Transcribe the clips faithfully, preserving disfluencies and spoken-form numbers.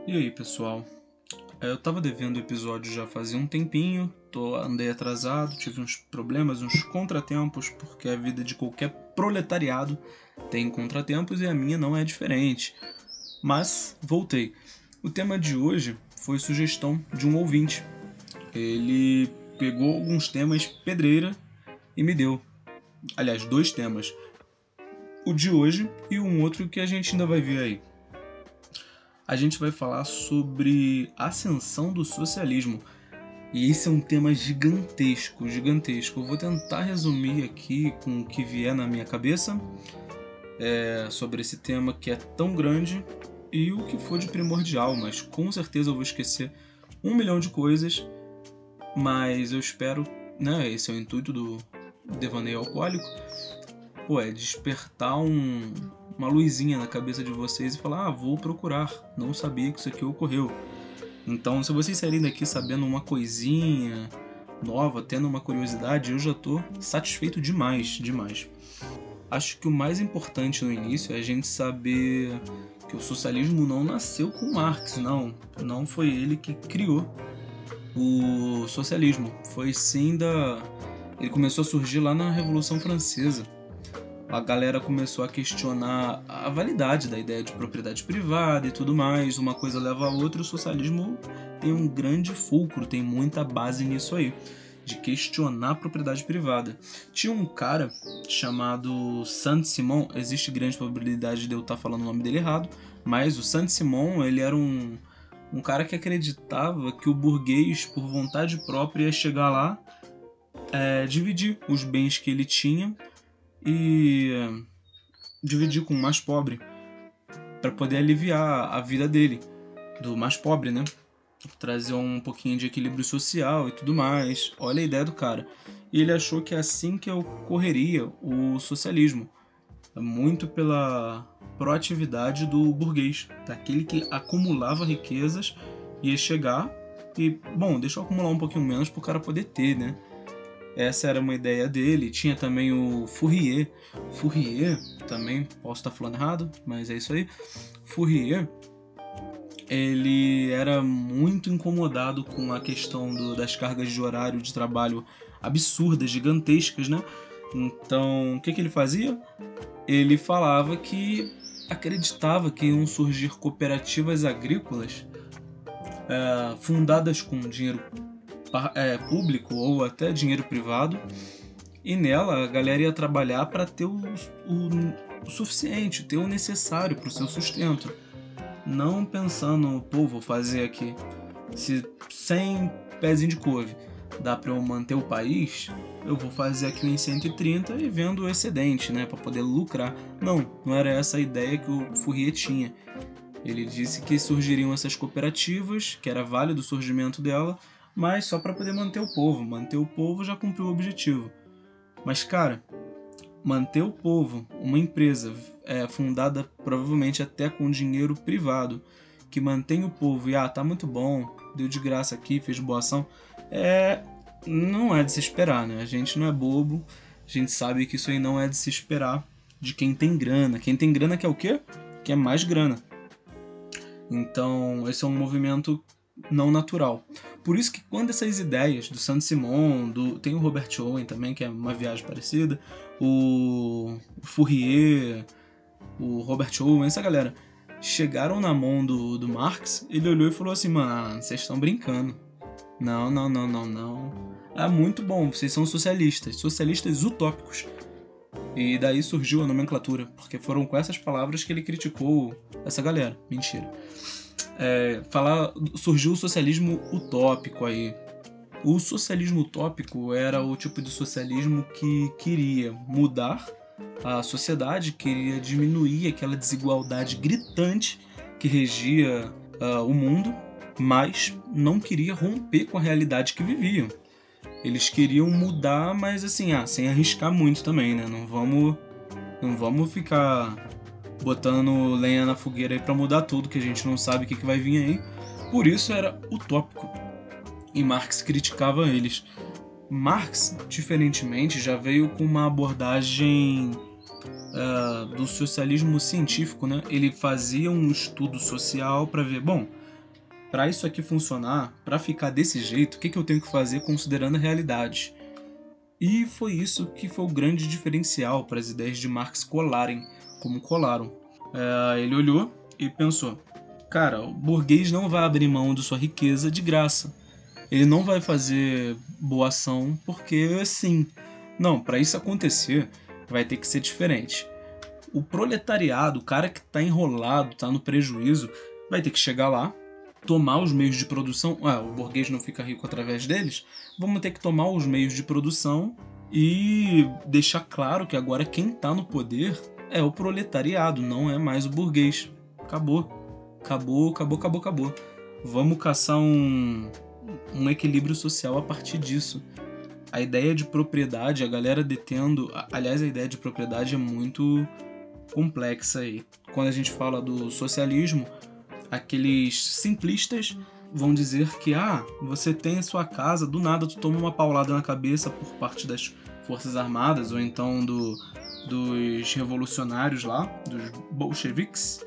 E aí, pessoal? Eu tava devendo o episódio já fazia um tempinho, tô, andei atrasado, tive uns problemas, uns contratempos, porque a vida de qualquer proletariado tem contratempos e a minha não é diferente. Mas voltei. O tema de hoje foi sugestão de um ouvinte. Ele pegou alguns temas pedreira e me deu. Aliás, dois temas. O de hoje e um outro que a gente ainda vai ver aí. A gente vai falar sobre a ascensão do socialismo. E esse é um tema gigantesco, gigantesco. Eu vou tentar resumir aqui com o que vier na minha cabeça é, sobre esse tema que é tão grande e o que for de primordial, mas com certeza eu vou esquecer um milhão de coisas, mas eu espero, né, esse é o intuito do devaneio alcoólico, pô, é despertar um, uma luzinha na cabeça de vocês e falar, ah, vou procurar, não sabia que isso aqui ocorreu. Então, se vocês saírem daqui sabendo uma coisinha nova, tendo uma curiosidade, eu já tô satisfeito demais, demais. Acho que o mais importante no início é a gente saber que o socialismo não nasceu com Marx, não. Não foi ele que criou o socialismo. Foi sim da... Ele começou a surgir lá na Revolução Francesa. A galera começou a questionar a validade da ideia de propriedade privada e tudo mais. Uma coisa leva a outra e o socialismo tem um grande fulcro, tem muita base nisso aí, de questionar a propriedade privada. Tinha um cara chamado Saint-Simon, existe grande probabilidade de eu estar falando o nome dele errado, mas o Saint-Simon, ele era um, um cara que acreditava que o burguês, por vontade própria, ia chegar lá, é, dividir os bens que ele tinha e dividir com o mais pobre para poder aliviar a vida dele, do mais pobre, né? Trazer um pouquinho de equilíbrio social e tudo mais. Olha a ideia do cara. E ele achou que é assim que ocorreria o socialismo, muito pela proatividade do burguês, daquele que acumulava riquezas, ia chegar e, bom, deixa eu acumular um pouquinho menos para o cara poder ter, né? Essa era uma ideia dele. Tinha também o Fourier. Fourier, também, posso estar falando errado, mas é isso aí. Fourier, ele era muito incomodado com a questão do, das cargas de horário de trabalho absurdas, gigantescas, né? Então, o que, que ele fazia? Ele falava que acreditava que iam surgir cooperativas agrícolas é, fundadas com dinheiro É, público ou até dinheiro privado, e nela a galera ia trabalhar para ter o, o, o suficiente, ter o necessário para o seu sustento, não pensando, pô, vou fazer aqui, se cem pezinho de couve dá para eu manter o país, eu vou fazer aqui em cento e trinta e vendo o excedente, né, para poder lucrar. Não, não era essa a ideia que o Fourier tinha. Ele disse que surgiriam essas cooperativas, que era válido o surgimento dela, mas só para poder manter o povo. Manter o povo já cumpriu o objetivo. Mas, cara, manter o povo, uma empresa é, fundada provavelmente até com dinheiro privado, que mantém o povo e, ah, tá muito bom, deu de graça aqui, fez boa ação, é, não é de se esperar, né? A gente não é bobo, a gente sabe que isso aí não é de se esperar de quem tem grana. Quem tem grana quer o quê? Quer mais grana. Então, esse é um movimento não natural. Por isso que quando essas ideias do Saint-Simon, do, tem o Robert Owen também, que é uma viagem parecida, o, o Fourier, o Robert Owen, essa galera, chegaram na mão do, do Marx, ele olhou e falou assim, mano, vocês estão brincando. Não, não, não, não, não. É muito bom, vocês são socialistas, socialistas utópicos. E daí surgiu a nomenclatura, porque foram com essas palavras que ele criticou essa galera. Mentira. É, falar, surgiu o socialismo utópico aí. O socialismo utópico era o tipo de socialismo que queria mudar a sociedade, queria diminuir aquela desigualdade gritante que regia uh, o mundo, mas não queria romper com a realidade que viviam. Eles queriam mudar, mas assim, ah, sem arriscar muito também, né? Não vamos, não vamos ficar botando lenha na fogueira aí pra mudar tudo, que a gente não sabe o que, que vai vir aí. Por isso era utópico. E Marx criticava eles. Marx, diferentemente, já veio com uma abordagem uh, do socialismo científico, né? Ele fazia um estudo social para ver, bom, para isso aqui funcionar, para ficar desse jeito, o que, que eu tenho que fazer considerando a realidade? E foi isso que foi o grande diferencial para as ideias de Marx colarem como colaram. É, ele olhou e pensou, cara, o burguês não vai abrir mão de sua riqueza de graça. Ele não vai fazer boa ação porque sim. Não, para isso acontecer, vai ter que ser diferente. O proletariado, o cara que está enrolado, está no prejuízo, vai ter que chegar lá, tomar os meios de produção. Ah, o burguês não fica rico através deles. Vamos ter que tomar os meios de produção e deixar claro que agora quem está no poder é o proletariado, não é mais o burguês. Acabou. Acabou, acabou, acabou, acabou. Vamos caçar um, um equilíbrio social a partir disso. A ideia de propriedade, a galera detendo... Aliás, a ideia de propriedade é muito complexa aí. Quando a gente fala do socialismo, aqueles simplistas vão dizer que ah, você tem a sua casa, do nada tu toma uma paulada na cabeça por parte das forças armadas ou então do, dos revolucionários lá, dos bolcheviques,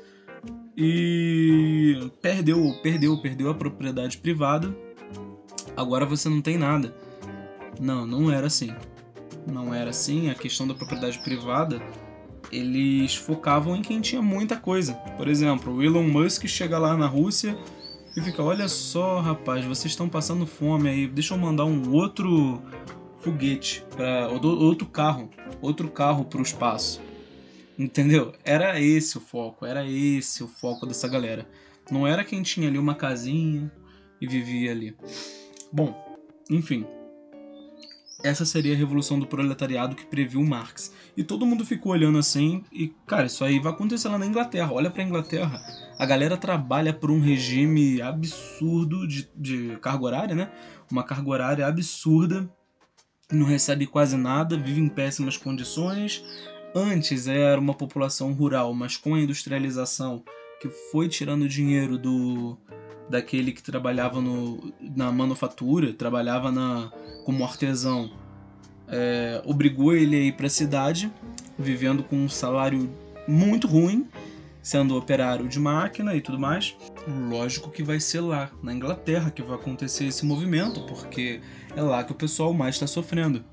e perdeu, perdeu, perdeu a propriedade privada, agora você não tem nada. Não, não era assim. Não era assim. A questão da propriedade privada, eles focavam em quem tinha muita coisa. Por exemplo, o Elon Musk chega lá na Rússia e fica, olha só, rapaz, vocês estão passando fome aí, deixa eu mandar um outro foguete, pra, outro carro, outro carro para o espaço. Entendeu? Era esse o foco, era esse o foco dessa galera. Não era quem tinha ali uma casinha e vivia ali. Bom, enfim. Essa seria a revolução do proletariado que previu Marx. E todo mundo ficou olhando assim e, cara, isso aí vai acontecer lá na Inglaterra. Olha pra Inglaterra. A galera trabalha por um regime absurdo de, de carga horária, né? Uma carga horária absurda. Não recebe quase nada, vive em péssimas condições. Antes era uma população rural, mas com a industrialização que foi tirando dinheiro do... daquele que trabalhava no, na manufatura, trabalhava na, como artesão, é, obrigou ele a ir para a cidade, vivendo com um salário muito ruim, sendo operário de máquina e tudo mais. Lógico que vai ser lá, na Inglaterra, que vai acontecer esse movimento, porque é lá que o pessoal mais está sofrendo.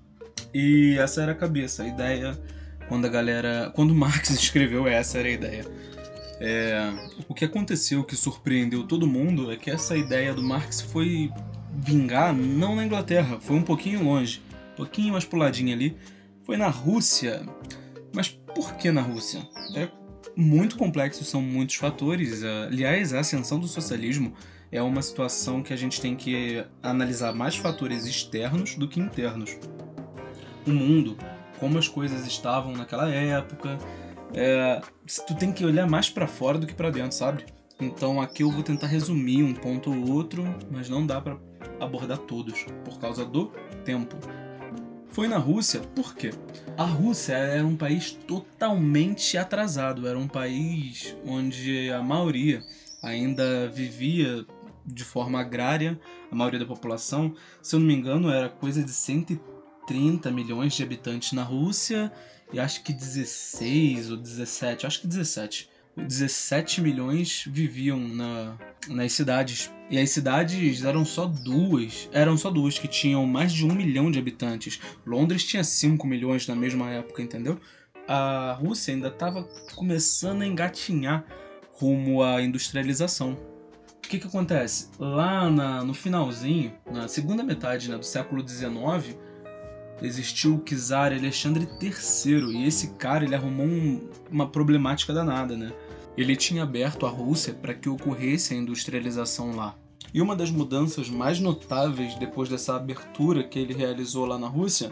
E essa era a cabeça, a ideia, quando a galera... Quando Marx escreveu, essa era a ideia. É, o que aconteceu, que surpreendeu todo mundo, é que essa ideia do Marx foi vingar não na Inglaterra, foi um pouquinho longe, um pouquinho mais puladinho ali, foi na Rússia. Mas por que na Rússia? É muito complexo, são muitos fatores. Aliás, a ascensão do socialismo é uma situação que a gente tem que analisar mais fatores externos do que internos. O mundo, como as coisas estavam naquela época... É, tu tem que olhar mais pra fora do que pra dentro, sabe? Então aqui eu vou tentar resumir um ponto ou outro, mas não dá pra abordar todos, por causa do tempo. Foi na Rússia, por quê? A Rússia era um país totalmente atrasado, era um país onde a maioria ainda vivia de forma agrária, a maioria da população, se eu não me engano, era coisa de cento e trinta milhões de habitantes na Rússia, e acho que dezesseis ou dezessete, acho que dezessete. dezessete milhões viviam na, nas cidades. E as cidades eram só duas. Eram só duas que tinham mais de um milhão de habitantes. Londres tinha cinco milhões na mesma época, entendeu? A Rússia ainda estava começando a engatinhar rumo à industrialização. O que que acontece? Lá na, no finalzinho, na segunda metade, né, do século dezenove, existiu o czar Alexandre terceiro, e esse cara ele arrumou um, uma problemática danada, né? Ele tinha aberto a Rússia para que ocorresse a industrialização lá. E uma das mudanças mais notáveis depois dessa abertura que ele realizou lá na Rússia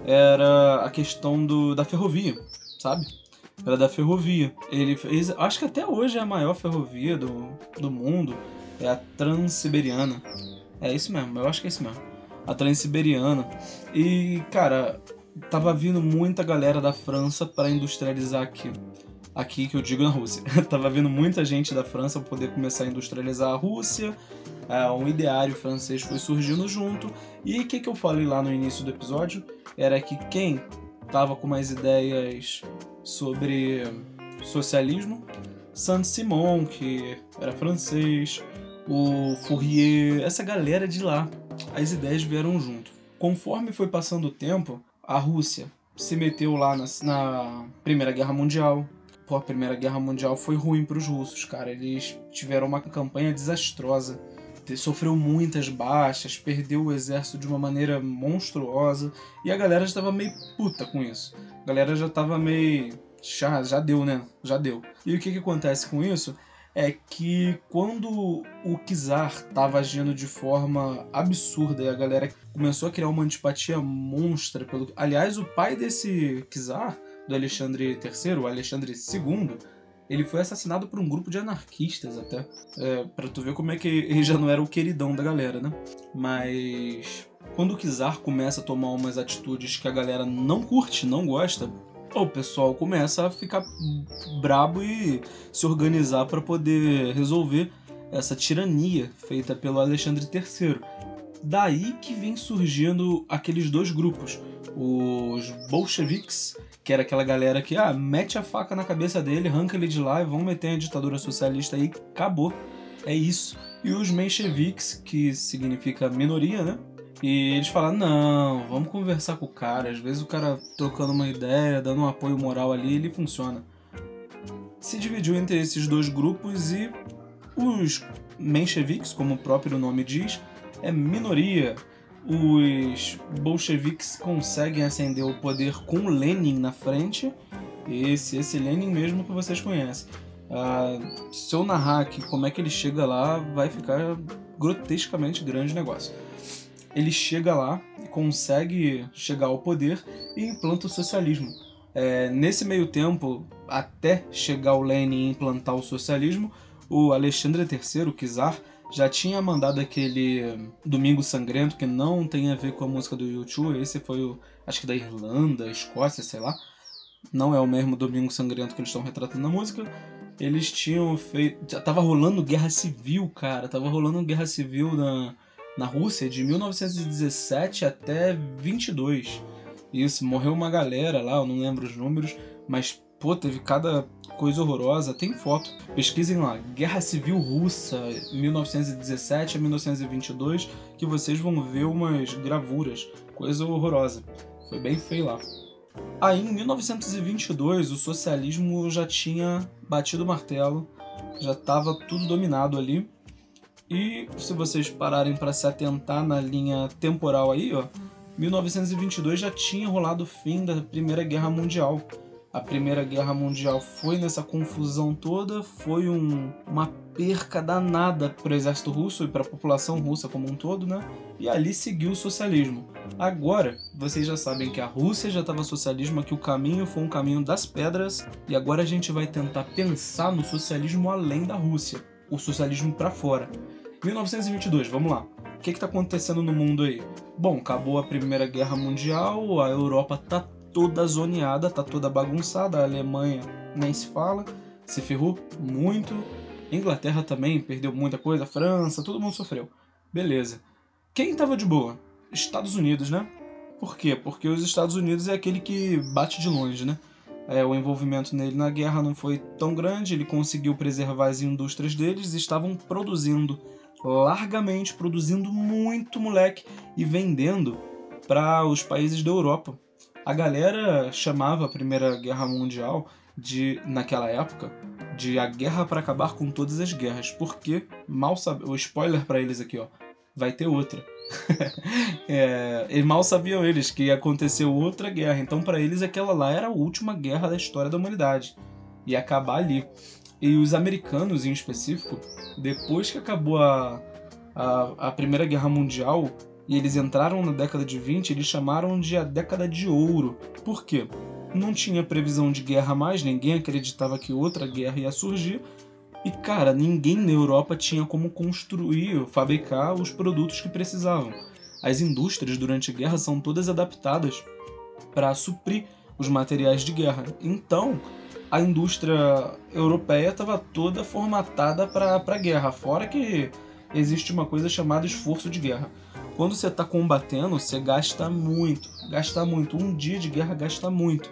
era a questão do, da ferrovia, sabe? Era da ferrovia. Ele fez, acho que até hoje é a maior ferrovia do, do mundo, é a Transiberiana. É isso mesmo, eu acho que é isso mesmo. A Transiberiana. E, cara, tava vindo muita galera da França para industrializar aqui. Aqui que eu digo na Rússia. Tava vindo muita gente da França para poder começar a industrializar a Rússia. É, um ideário francês foi surgindo junto. E o que, que eu falei lá no início do episódio? Era que quem tava com mais ideias sobre socialismo, Saint-Simon, que era francês, o Fourier, essa galera de lá. As ideias vieram junto. Conforme foi passando o tempo, a Rússia se meteu lá na, na Primeira Guerra Mundial. Pô, a Primeira Guerra Mundial foi ruim para os russos, cara. Eles tiveram uma campanha desastrosa. Sofreu muitas baixas, perdeu o exército de uma maneira monstruosa. E a galera já estava meio puta com isso. A galera já estava meio... Já, já deu, né? Já deu. E o que, que acontece com isso? É que quando o Czar estava agindo de forma absurda e a galera começou a criar uma antipatia monstra pelo... Aliás, o pai desse Czar, do Alexandre terceiro, o Alexandre segundo, ele foi assassinado por um grupo de anarquistas até. É, pra tu ver como é que ele já não era o queridão da galera, né? Mas quando o Czar começa a tomar umas atitudes que a galera não curte, não gosta, o pessoal começa a ficar brabo e se organizar para poder resolver essa tirania feita pelo Alexandre terceiro. Daí que vem surgindo aqueles dois grupos, os bolcheviques, que era aquela galera que ah, mete a faca na cabeça dele, arranca ele de lá e vão meter a ditadura socialista aí, acabou, é isso. E os mencheviques, que significa minoria, né? E eles falam, não, vamos conversar com o cara, às vezes o cara trocando uma ideia, dando um apoio moral ali, ele funciona. Se dividiu entre esses dois grupos e os mencheviques, como o próprio nome diz, é minoria. Os bolcheviques conseguem ascender o poder com Lenin na frente, esse, esse Lenin mesmo que vocês conhecem. Ah, se eu narrar aqui como é que ele chega lá, vai ficar grotescamente grande o negócio. Ele chega lá, consegue chegar ao poder e implanta o socialismo. É, nesse meio tempo, até chegar o Lenin e implantar o socialismo, o Alexandre terceiro, o Czar, já tinha mandado aquele Domingo Sangrento, que não tem a ver com a música do U dois, esse foi o, acho que da Irlanda, Escócia, sei lá. Não é o mesmo Domingo Sangrento que eles estão retratando na música. Eles tinham feito... Já tava rolando guerra civil, cara. Tava rolando guerra civil na... na Rússia de mil novecentos e dezessete até vinte e dois. Isso, morreu uma galera lá, eu não lembro os números, mas, pô, teve cada coisa horrorosa. Tem foto. Pesquisem lá, Guerra Civil Russa, mil novecentos e dezessete a mil novecentos e vinte e dois, que vocês vão ver umas gravuras. Coisa horrorosa. Foi bem feio lá. Aí, em mil novecentos e vinte e dois, o socialismo já tinha batido o martelo, já estava tudo dominado ali. E se vocês pararem para se atentar na linha temporal aí, ó, mil novecentos e vinte e dois já tinha rolado o fim da Primeira Guerra Mundial. A Primeira Guerra Mundial foi nessa confusão toda, foi um, uma perca danada para o exército russo e para a população russa como um todo, né? E ali seguiu o socialismo. Agora, vocês já sabem que a Rússia já estava socialismo, que o caminho foi um caminho das pedras, e agora a gente vai tentar pensar no socialismo além da Rússia, o socialismo para fora. mil novecentos e vinte e dois, vamos lá. O que está acontecendo no mundo aí? Bom, acabou a Primeira Guerra Mundial, a Europa tá toda zoneada, tá toda bagunçada, a Alemanha nem se fala, se ferrou muito, Inglaterra também perdeu muita coisa, a França, todo mundo sofreu. Beleza. Quem tava de boa? Estados Unidos, né? Por quê? Porque os Estados Unidos é aquele que bate de longe, né? É, o envolvimento nele na guerra não foi tão grande, ele conseguiu preservar as indústrias deles, estavam produzindo largamente, produzindo muito, moleque, e vendendo para os países da Europa. A galera chamava a Primeira Guerra Mundial, de, naquela época, de a guerra para acabar com todas as guerras, porque, mal sabe, o spoiler para eles aqui, ó, vai ter outra. é, e mal sabiam eles que ia acontecer outra guerra, então para eles aquela lá era a última guerra da história da humanidade, ia acabar ali. E os americanos, em específico, depois que acabou a, a, a Primeira Guerra Mundial e eles entraram na década de vinte, eles chamaram de a década de ouro. Por quê? Não tinha previsão de guerra mais, ninguém acreditava que outra guerra ia surgir. E, cara, ninguém na Europa tinha como construir, fabricar os produtos que precisavam. As indústrias durante a guerra são todas adaptadas para suprir os materiais de guerra. Então, a indústria europeia estava toda formatada para a guerra, fora que existe uma coisa chamada esforço de guerra. Quando você está combatendo, você gasta muito, gasta muito. Um dia de guerra gasta muito.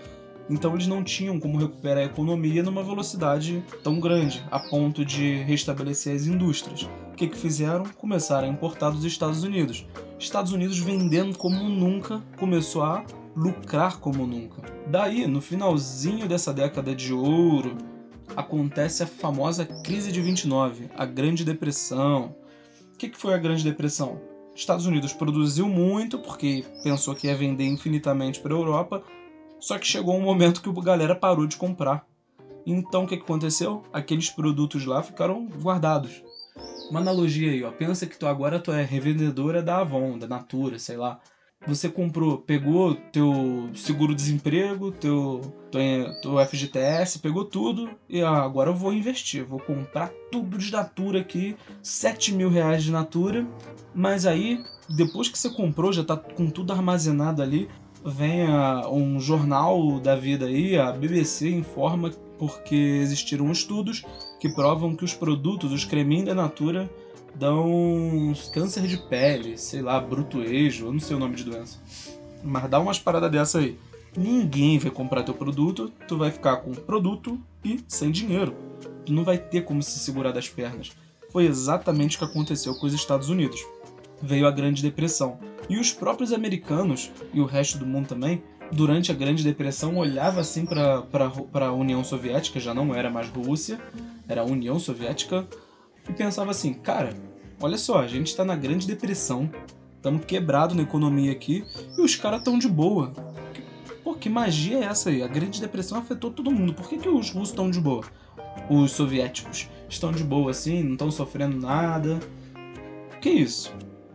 Então eles não tinham como recuperar a economia numa velocidade tão grande, a ponto de restabelecer as indústrias. O que que fizeram? Começaram a importar dos Estados Unidos. Estados Unidos vendendo como nunca, começou a lucrar como nunca. Daí, no finalzinho dessa década de ouro, acontece a famosa crise de vinte e nove, a Grande Depressão. O que que foi a Grande Depressão? Estados Unidos produziu muito, porque pensou que ia vender infinitamente para a Europa, só que chegou um momento que a galera parou de comprar. Então o que que aconteceu? Aqueles produtos lá ficaram guardados. Uma analogia aí, ó. Pensa que tu agora tu é revendedora da Avon, da Natura, sei lá. Você comprou, pegou teu seguro-desemprego, teu, teu, teu F G T S, pegou tudo e ah, agora eu vou investir, vou comprar tudo de Natura aqui, sete mil reais de Natura, mas aí, depois que você comprou, já tá com tudo armazenado ali, vem a, um jornal da vida aí, a B B C informa porque existiram estudos que provam que os produtos, os creminhos da Natura, dão câncer de pele, sei lá, brutuejo, eu não sei o nome de doença. Mas dá umas paradas dessa aí. Ninguém vai comprar teu produto, tu vai ficar com produto e sem dinheiro. Tu não vai ter como se segurar das pernas. Foi exatamente o que aconteceu com os Estados Unidos. Veio a Grande Depressão. E os próprios americanos, e o resto do mundo também, durante a Grande Depressão, olhava assim para a União Soviética, já não era mais Rússia, era a União Soviética, e pensava assim, cara, olha só, a gente tá na Grande Depressão, estamos quebrados na economia aqui, e os caras tão de boa. Pô, que magia é essa aí? A Grande Depressão afetou todo mundo, por que, que os russos estão de boa? Os soviéticos estão de boa assim, não estão sofrendo nada? Que isso?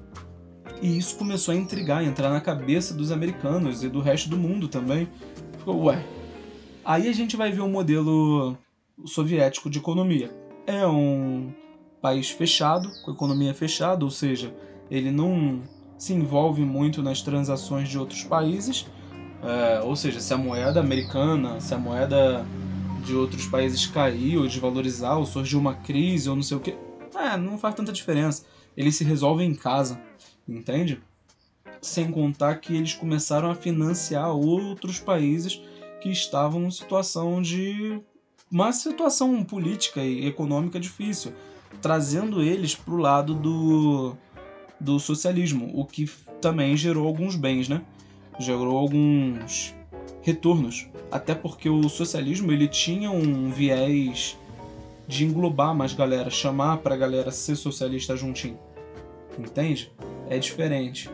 E isso começou a intrigar, a entrar na cabeça dos americanos e do resto do mundo também. Ficou, ué. Aí a gente vai ver um modelo soviético de economia. É um país fechado, com economia fechada, ou seja, ele não se envolve muito nas transações de outros países, é, ou seja, se a moeda americana, se a moeda de outros países cair ou desvalorizar, ou surgir uma crise ou não sei o que, é, não faz tanta diferença. Eles se resolvem em casa, entende? Sem contar que eles começaram a financiar outros países que estavam em situação de... uma situação política e econômica difícil, trazendo eles para o lado do, do socialismo, o que também gerou alguns bens, né? Gerou alguns retornos, até porque o socialismo ele tinha um viés de englobar mais galera, chamar pra galera ser socialista juntinho, entende? É diferente.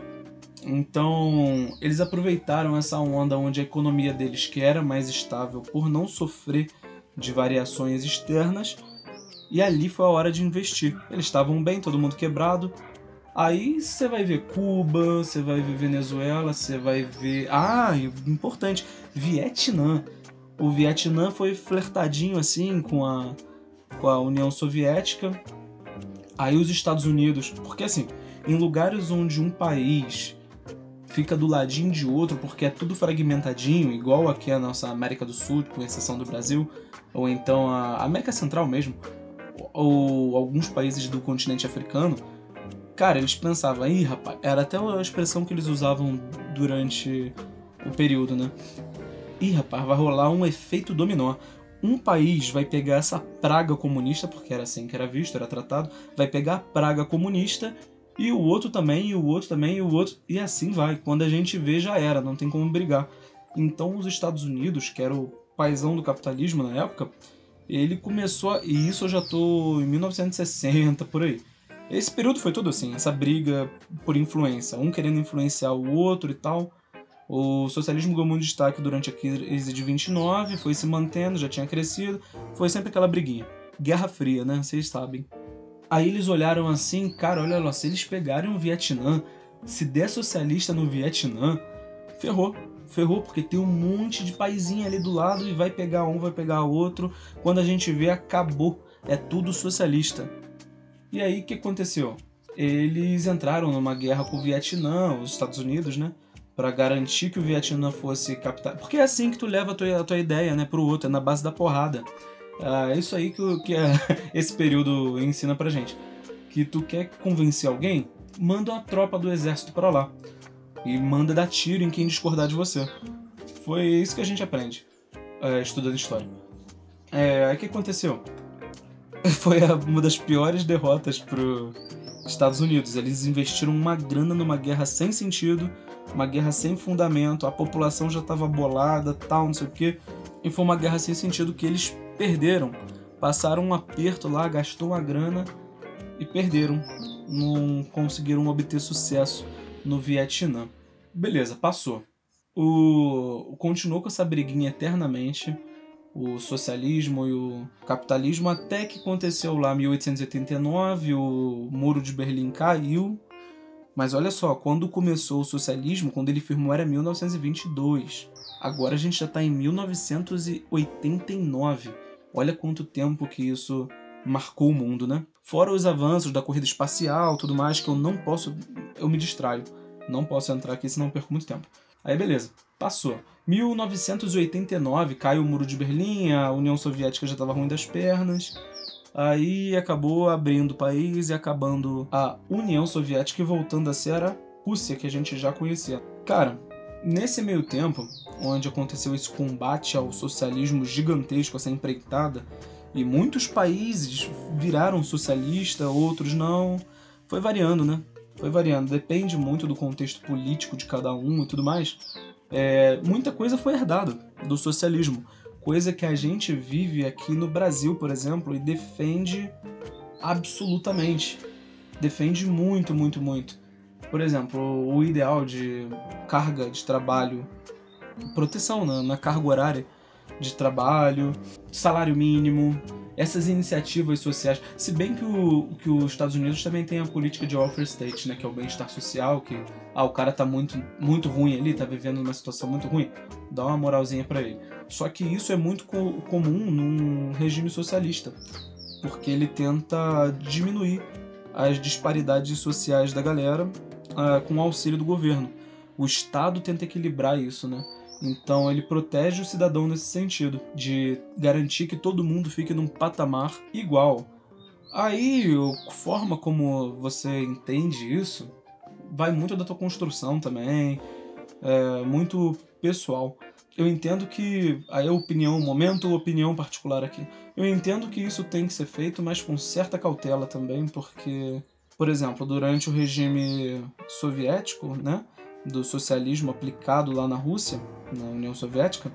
Então, eles aproveitaram essa onda onde a economia deles, que era mais estável por não sofrer de variações externas, e ali foi a hora de investir. Eles estavam bem, todo mundo quebrado. Aí você vai ver Cuba, você vai ver Venezuela, você vai ver... Ah, importante, Vietnã. O Vietnã foi flertadinho assim com a, com a União Soviética. Aí os Estados Unidos... Porque assim, em lugares onde um país fica do ladinho de outro, porque é tudo fragmentadinho, igual aqui a nossa América do Sul, com exceção do Brasil, ou então a América Central mesmo, ou alguns países do continente africano, cara, eles pensavam, ih, rapaz, era até a expressão que eles usavam durante o período, né? Ih, rapaz, vai rolar um efeito dominó. Um país vai pegar essa praga comunista, porque era assim que era visto, era tratado, vai pegar a praga comunista, e o outro também, e o outro também, e o outro, e assim vai. Quando a gente vê, já era, não tem como brigar. Então os Estados Unidos, que era o paizão do capitalismo na época, ele começou a... E isso eu já tô em mil novecentos e sessenta, por aí. Esse período foi todo assim, essa briga por influência, um querendo influenciar o outro e tal. O socialismo ganhou muito destaque durante a crise de vinte e nove, foi se mantendo, já tinha crescido, foi sempre aquela briguinha. Guerra Fria, né? Vocês sabem. Aí eles olharam assim, cara, olha lá, se eles pegarem o Vietnã, se der socialista no Vietnã, ferrou. Ferrou, porque tem um monte de paizinho ali do lado e vai pegar um, vai pegar outro. Quando a gente vê, acabou. É tudo socialista. E aí, o que aconteceu? Eles entraram numa guerra com o Vietnã, os Estados Unidos, né? Pra garantir que o Vietnã fosse captar. Porque é assim que tu leva a tua, a tua ideia, né, pro outro, é na base da porrada. É isso aí que, que é, esse período ensina pra gente. Que tu quer convencer alguém, manda uma tropa do exército pra lá. E manda dar tiro em quem discordar de você. Foi isso que a gente aprende. é, estudando história. É, aí o que aconteceu? Foi uma das piores derrotas pro Estados Unidos. Eles investiram uma grana numa guerra sem sentido, uma guerra sem fundamento, a população já estava bolada, tal, não sei o quê. E foi uma guerra sem sentido que eles perderam. Passaram um aperto lá, gastou uma grana e perderam. Não conseguiram obter sucesso no Vietnã. Beleza, passou. O... Continuou com essa briguinha eternamente, o socialismo e o capitalismo, até que aconteceu lá em mil oitocentos e oitenta e nove, o Muro de Berlim caiu. Mas olha só, quando começou o socialismo, quando ele firmou, era mil novecentos e vinte e dois. Agora a gente já está em mil novecentos e oitenta e nove. Olha quanto tempo que isso marcou o mundo, né? Fora os avanços da corrida espacial, tudo mais, que eu não posso... Eu me distraio. Não posso entrar aqui, senão eu perco muito tempo. Aí beleza, passou. mil novecentos e oitenta e nove, cai o Muro de Berlim, a União Soviética já estava ruim das pernas. Aí acabou abrindo o país e acabando a União Soviética e voltando a ser a Rússia, que a gente já conhecia. Cara, nesse meio tempo, onde aconteceu esse combate ao socialismo gigantesco, essa empreitada, e muitos países viraram socialista, outros não, foi variando, né? Foi variando, depende muito do contexto político de cada um e tudo mais. É, muita coisa foi herdada do socialismo. Coisa que a gente vive aqui no Brasil, por exemplo, e defende absolutamente. Defende muito, muito, muito. Por exemplo, o ideal de carga de trabalho, proteção na, na carga horária de trabalho, salário mínimo, essas iniciativas sociais. Se bem que, o, que os Estados Unidos também tem a política de welfare state, né, que é o bem-estar social, que ah, o cara tá muito, muito ruim ali, tá vivendo numa situação muito ruim, dá uma moralzinha pra ele. Só que isso é muito co- comum num regime socialista, porque ele tenta diminuir as disparidades sociais da galera uh, com o auxílio do governo. O Estado tenta equilibrar isso, né? Então ele protege o cidadão nesse sentido, de garantir que todo mundo fique num patamar igual. Aí, a forma como você entende isso vai muito da tua construção também, é muito pessoal. Eu entendo que, aí é opinião, momento, opinião particular aqui. Eu entendo que isso tem que ser feito, mas com certa cautela também, porque, por exemplo, durante o regime soviético, né, do socialismo aplicado lá na Rússia, na União Soviética,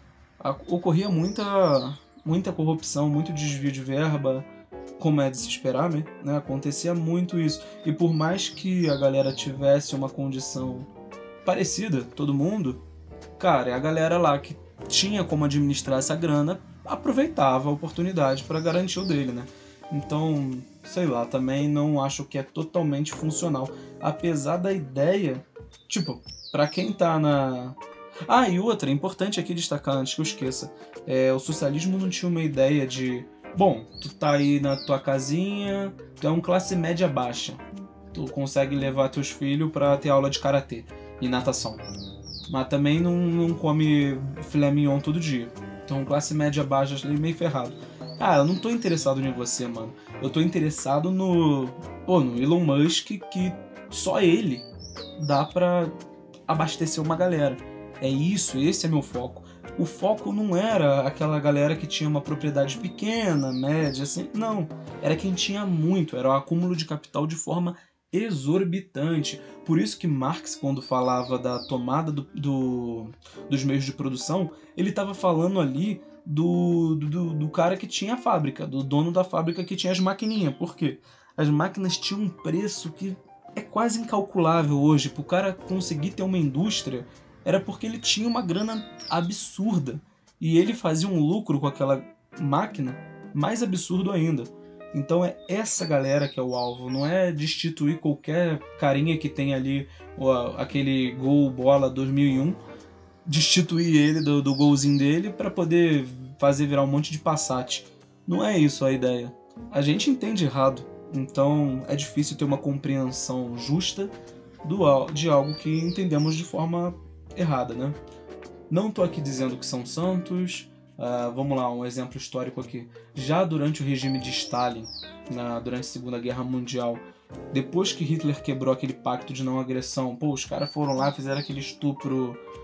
ocorria muita, muita corrupção, muito desvio de verba, como é de se esperar, né? Acontecia muito isso. E por mais que a galera tivesse uma condição parecida, todo mundo, cara, é a galera lá que tinha como administrar essa grana aproveitava a oportunidade para garantir o dele, né? Então, sei lá, também não acho que é totalmente funcional. Apesar da ideia, tipo, para quem tá na... Ah, e outra, é importante aqui destacar, antes que eu esqueça, é, o socialismo não tinha uma ideia de... Bom, tu tá aí na tua casinha, tu é um classe média baixa, tu consegue levar teus filhos pra ter aula de karatê e natação, mas também não, não come filé mignon todo dia. Então, classe média baixa, meio ferrado. Ah, eu não tô interessado em você, mano. Eu tô interessado no... Pô, no Elon Musk, que só ele dá pra abastecer uma galera. É isso, esse é meu foco. O foco não era aquela galera que tinha uma propriedade pequena, média, assim. Não, era quem tinha muito. Era o acúmulo de capital de forma exorbitante. Por isso que Marx, quando falava da tomada do, do, dos meios de produção, ele estava falando ali do, do, do cara que tinha a fábrica, do dono da fábrica que tinha as maquininhas. Por quê? As máquinas tinham um preço que é quase incalculável hoje. Para o cara conseguir ter uma indústria, era porque ele tinha uma grana absurda. E ele fazia um lucro com aquela máquina mais absurdo ainda. Então é essa galera que é o alvo, não é destituir qualquer carinha que tem ali ó, aquele gol bola dois mil e um, destituir ele do, do golzinho dele para poder fazer virar um monte de Passat. Não é isso a ideia. A gente entende errado, então é difícil ter uma compreensão justa do, de algo que entendemos de forma errada, né? Não tô aqui dizendo que são santos. Uh, vamos lá, um exemplo histórico aqui. Já durante o regime de Stalin, na, durante a Segunda Guerra Mundial, depois que Hitler quebrou aquele pacto de não agressão, pô, os caras foram lá, fizeram aquele estupro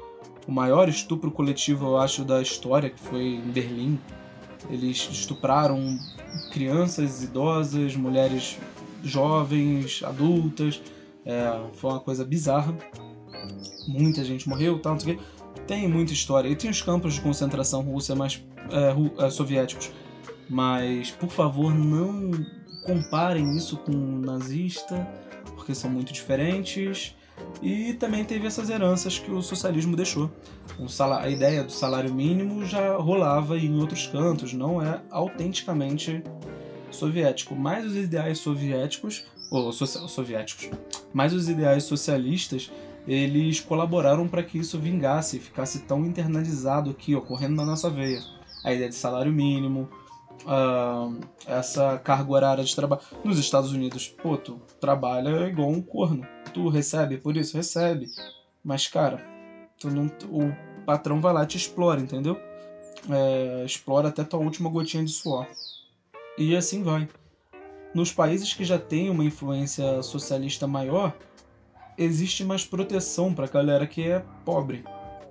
o maior estupro coletivo, eu acho, da história, que foi em Berlim. Eles estupraram crianças, idosas, mulheres jovens, adultas. É, foi uma coisa bizarra. Muita gente morreu, tal, não sei o quê. Tem muita história. E tem os campos de concentração Rússia mais é, ru, é, soviéticos. Mas, por favor, não comparem isso com um nazista, porque são muito diferentes. E também teve essas heranças que o socialismo deixou. O salário, a ideia do salário mínimo já rolava em outros cantos, não é autenticamente soviético. Mas os ideais soviéticos, ou so, soviéticos, mas os ideais socialistas, eles colaboraram para que isso vingasse e ficasse tão internalizado aqui, ocorrendo na nossa veia. A ideia de salário mínimo, Uh, essa carga horária de trabalho. Nos Estados Unidos, pô, tu trabalha igual um corno. Tu recebe por isso? Recebe. Mas, cara, tu não, o patrão vai lá e te explora, entendeu? É, explora até tua última gotinha de suor. E assim vai. Nos países que já tem uma influência socialista maior, existe mais proteção pra galera que é pobre.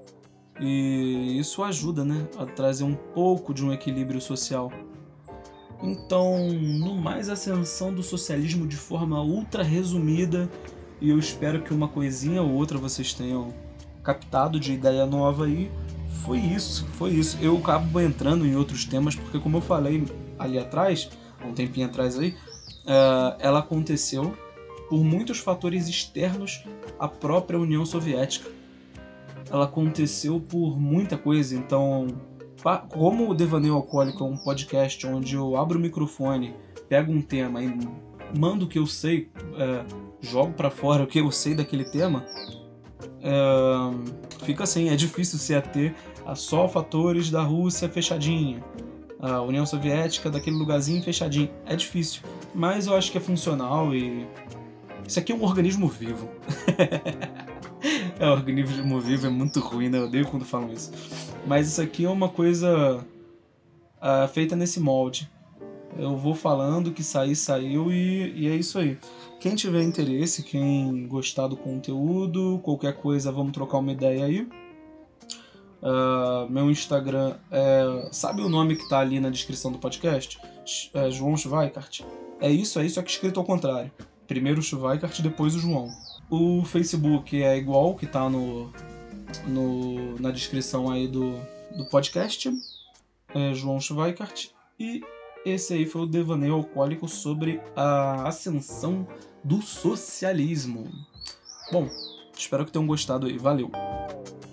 E isso ajuda, né, a trazer um pouco de um equilíbrio social. Então, no mais, ascensão do socialismo de forma ultra resumida, e eu espero que uma coisinha ou outra vocês tenham captado de ideia nova aí. Foi isso, foi isso. Eu acabo entrando em outros temas porque, como eu falei ali atrás, há um tempinho atrás aí, uh, ela aconteceu por muitos fatores externos à própria União Soviética. Ela aconteceu por muita coisa, então... Como o Devaneio Alcoólico é um podcast onde eu abro o microfone, pego um tema e mando o que eu sei, é, jogo pra fora o que eu sei daquele tema, é, fica assim, é difícil se ater a só fatores da Rússia fechadinha, a União Soviética daquele lugarzinho fechadinho. É difícil, mas eu acho que é funcional e... Isso aqui é um organismo vivo. É, o organismo vivo é muito ruim, né? Eu odeio quando falam isso. Mas isso aqui é uma coisa uh, feita nesse molde. Eu vou falando, que sair, saiu e, e é isso aí. Quem tiver interesse, quem gostar do conteúdo, qualquer coisa, vamos trocar uma ideia aí. Uh, meu Instagram é... Sabe o nome que tá ali na descrição do podcast? É João Schweikart. É isso, é isso, só que escrito ao contrário. Primeiro o Schweikart, depois o João. O Facebook é igual, que tá no, no, na descrição aí do, do podcast. É João Schweikart. E esse aí foi o Devaneio Alcoólico sobre a ascensão do socialismo. Bom, espero que tenham gostado aí. Valeu!